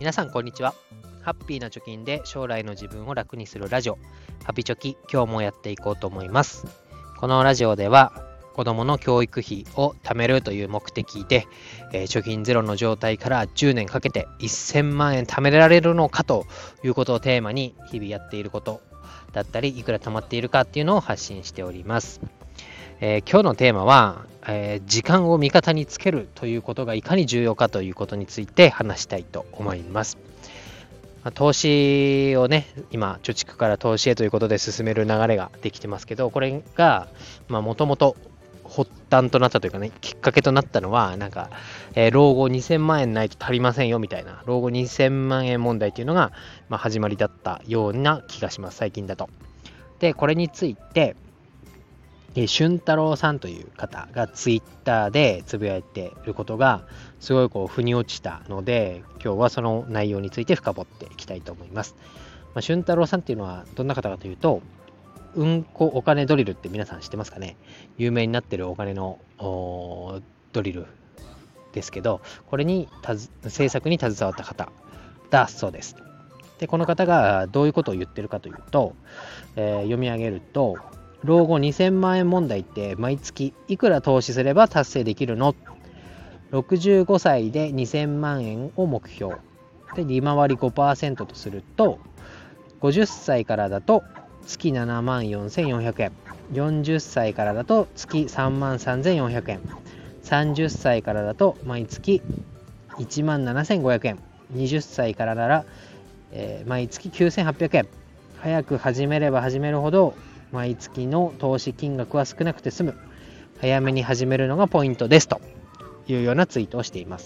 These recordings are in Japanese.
皆さんこんにちは。ハッピーな貯金で将来の自分を楽にするラジオ、ハピチョキ、今日もやっていこうと思います。このラジオでは子供の教育費を貯めるという目的で、貯金ゼロの状態から10年かけて1000万円貯められるのかということをテーマに日々やっていることだったり、いくら貯まっているかっていうのを発信しております。今日のテーマは、時間を味方につけるということがいかに重要かということについて話したいと思います。投資をね、今貯蓄から投資へということで進める流れができてますけど、これがもともと発端となったというかね、きっかけとなったのは老後2000万円ないと足りませんよみたいな、老後2000万円問題というのが、始まりだったような気がします、最近だと。で、これについて俊太郎さんという方がツイッターでつぶやいていることがすごい腑に落ちたので、今日はその内容について深掘っていきたいと思います。俊太郎さんっていうのはどんな方かというと、お金ドリルって皆さん知ってますかね。有名になってるお金のドリルですけど、これに制作に携わった方だそうです。で、この方がどういうことを言ってるかというと、読み上げると、老後2000万円問題って毎月いくら投資すれば達成できるの？ 65 歳で2000万円を目標で利回り 5% とすると、50歳からだと月7万4400円、40歳からだと月3万3400円、30歳からだと毎月1万7500円、20歳からなら、毎月9800円。早く始めれば始めるほど毎月の投資金額は少なくて済む。早めに始めるのがポイントですというようなツイートをしています。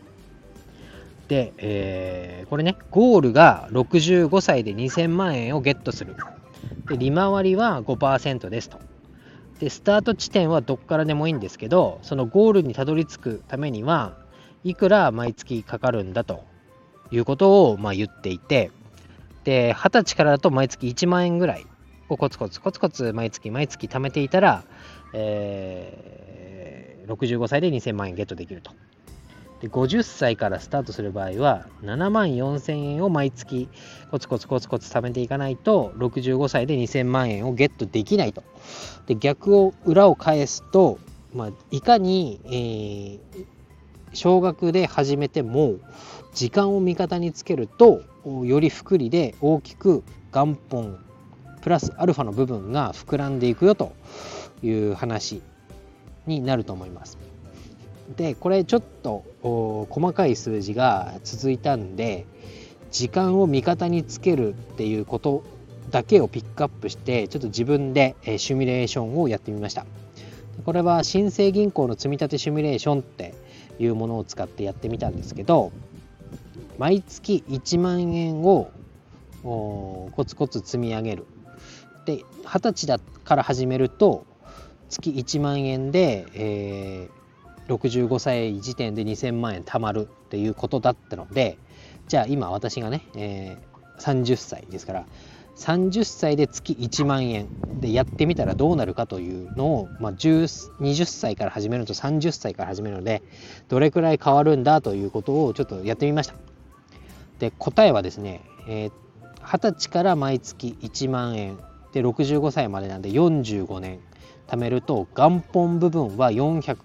で、これね、ゴールが65歳で2000万円をゲットする。で、利回りは 5% ですと。で、スタート地点はどっからでもいいんですけど、そのゴールにたどり着くためにはいくら毎月かかるんだということを言っていて、で、20歳からだと毎月1万円ぐらいをコツコツ毎月貯めていたら、65歳で2000万円ゲットできると。で、50歳からスタートする場合は7万4000円を毎月コツコツ貯めていかないと65歳で2000万円をゲットできないと。で、裏を返すと、いかに、少額で始めても時間を味方につけるとより複利で大きく元本プラスアルファの部分が膨らんでいくよという話になると思います。で、これちょっと細かい数字が続いたんで、時間を味方につけるっていうことだけをピックアップしてちょっと自分でシミュレーションをやってみました。これは新生銀行の積立シミュレーションっていうものを使ってやってみたんですけど、毎月1万円をコツコツ積み上げる。で、20歳から始めると月1万円で、65歳時点で2000万円貯まるっていうことだったので、じゃあ今私がね、30歳ですから、30歳で月1万円でやってみたらどうなるかというのを、20歳から始めると30歳から始めるので、どれくらい変わるんだということをちょっとやってみました。で、答えはですね、20歳から毎月1万円で65歳までなんで45年貯めると元本部分は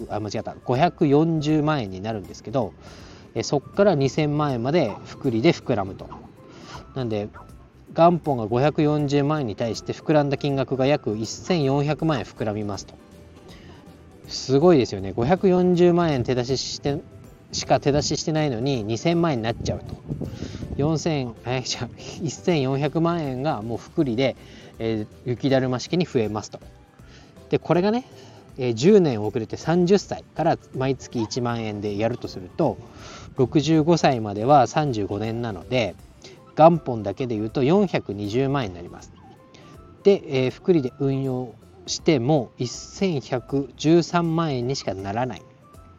540万円になるんですけど、そこから2000万円まで複利で膨らむと。なんで元本が540万円に対して膨らんだ金額が約1400万円膨らみますと。すごいですよね。540万円しか手出ししてないのに2000万円になっちゃうと。1400万円がもう複利で、雪だるま式に増えますと。で、これがね、10年遅れて30歳から毎月1万円でやるとすると、65歳までは35年なので、元本だけでいうと420万円になります。で、複利で運用しても1113万円にしかならない。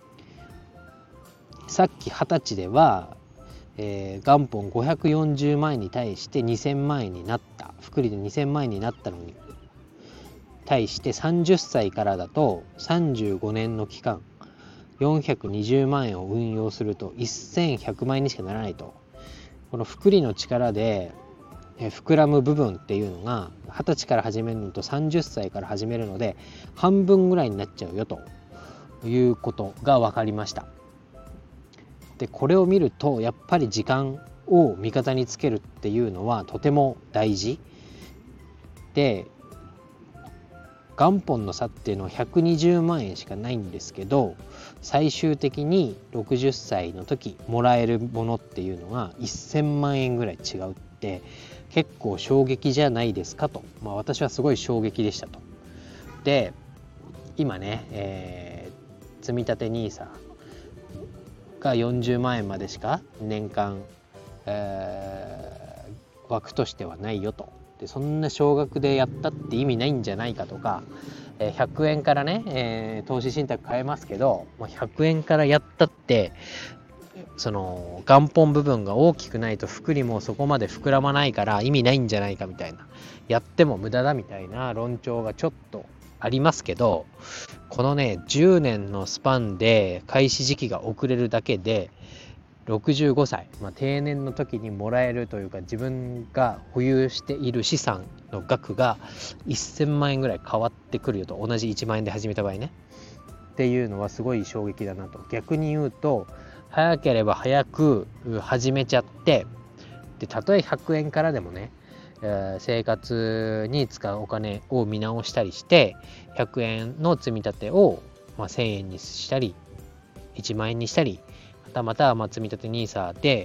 さっき20歳では、元本540万円に対して2000万円になった、複利で2000万円になったのに対して30歳からだと35年の期間420万円を運用すると1100万円にしかならないとこの複利の力で膨らむ部分っていうのが20歳から始めるのと30歳から始めるので半分ぐらいになっちゃうよということが分かりました。でこれを見るとやっぱり時間を味方につけるっていうのはとても大事で、元本の差っていうのは120万円しかないんですけど、最終的に60歳の時もらえるものっていうのが1000万円ぐらい違うって結構衝撃じゃないですかと、私はすごい衝撃でしたと。で今ね、積立 NISA が40万円までしか年間、枠としてはないよと。でそんな少額でやったって意味ないんじゃないかとか、100円からね、投資信託買えますけど100円からやったってその元本部分が大きくないと複利もそこまで膨らまないから意味ないんじゃないかみたいな、やっても無駄だみたいな論調がちょっとありますけど、このね10年のスパンで開始時期が遅れるだけで65歳、定年の時にもらえるというか自分が保有している資産の額が1000万円ぐらい変わってくるよと、同じ1万円で始めた場合ねっていうのはすごい衝撃だなと。逆に言うと早ければ早く始めちゃって、でたとえ100円からでもね、生活に使うお金を見直したりして100円の積み立てを、1000円にしたり1万円にしたり、また積み立て NISA で、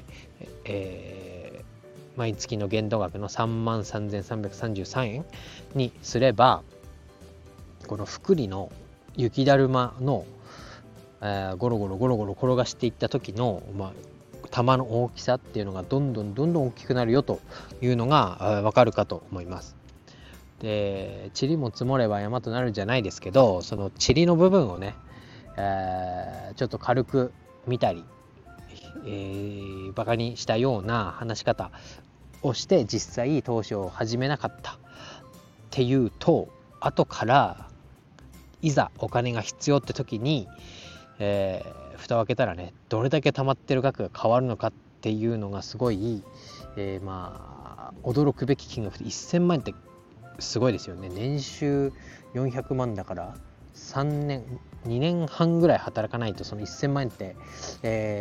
毎月の限度額の33,333円にすれば、この複利の雪だるまの、ゴロゴロ転がしていった時の、玉の大きさっていうのがどんどん大きくなるよというのがわかるかと思います。で塵も積もれば山となるじゃないですけど、その塵の部分をね、ちょっと軽く見たり、バカにしたような話し方をして実際投資を始めなかったっていうと、後からいざお金が必要って時に、蓋を開けたらねどれだけ溜まってる額が変わるのかっていうのがすごい、驚くべき金額で1000万円ってすごいですよね。年収400万だから2年半ぐらい働かないとその1000万円って、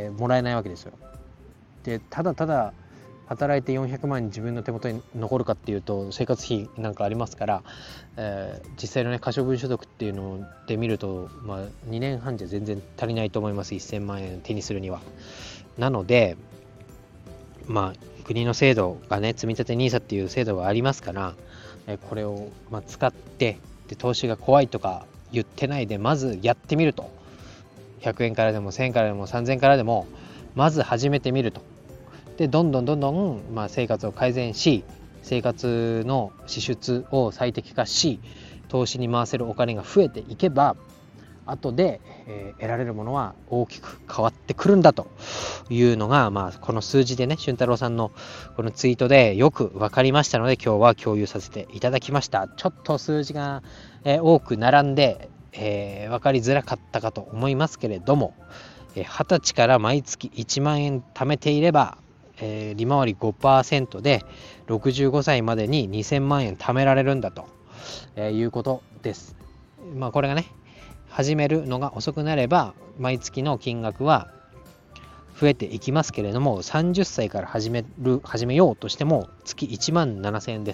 もらえないわけですよ。でただただ働いて400万円自分の手元に残るかっていうと生活費なんかありますから、実際のね可処分所得っていうので見ると、2年半じゃ全然足りないと思います。1000万円手にするには。なので国の制度がね積立 NISA っていう制度がありますから、これを使ってで投資が怖いとか言ってないでまずやってみると。100円からでも1000円からでも3000円からでもまず始めてみると。でどんどん、生活を改善し、生活の支出を最適化し、投資に回せるお金が増えていけば後で、得られるものは大きく変わってくるんだというのが、この数字でね俊太郎さんのこのツイートでよく分かりましたので今日は共有させていただきました。ちょっと数字が、多く並んで、分かりづらかったかと思いますけれども、20歳から毎月1万円貯めていれば、利回り 5% で65歳までに2000万円貯められるんだと、いうことです。これがね始めるのが遅くなれば毎月の金額は増えていきますけれども、30歳から始めようとしても月1万7000円です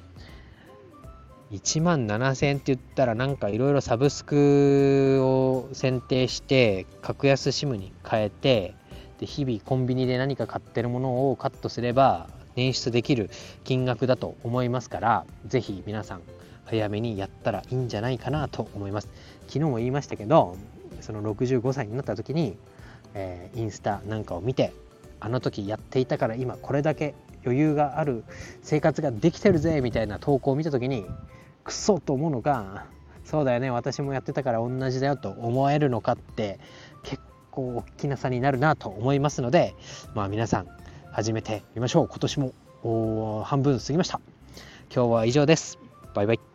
。1万7000円って言ったらなんかいろいろサブスクを選定して格安 SIM に変えて、で日々コンビニで何か買ってるものをカットすれば捻出できる金額だと思いますから、ぜひ皆さん早めにやったらいいんじゃないかなと思います。昨日も言いましたけど、その65歳になった時に、インスタなんかを見て、あの時やっていたから今これだけ余裕がある生活ができてるぜみたいな投稿を見た時にクソと思うのか、そうだよね私もやってたから同じだよと思えるのかって結構大きな差になるなと思いますので、皆さん始めてみましょう。今年も半分過ぎました。今日は以上です。バイバイ。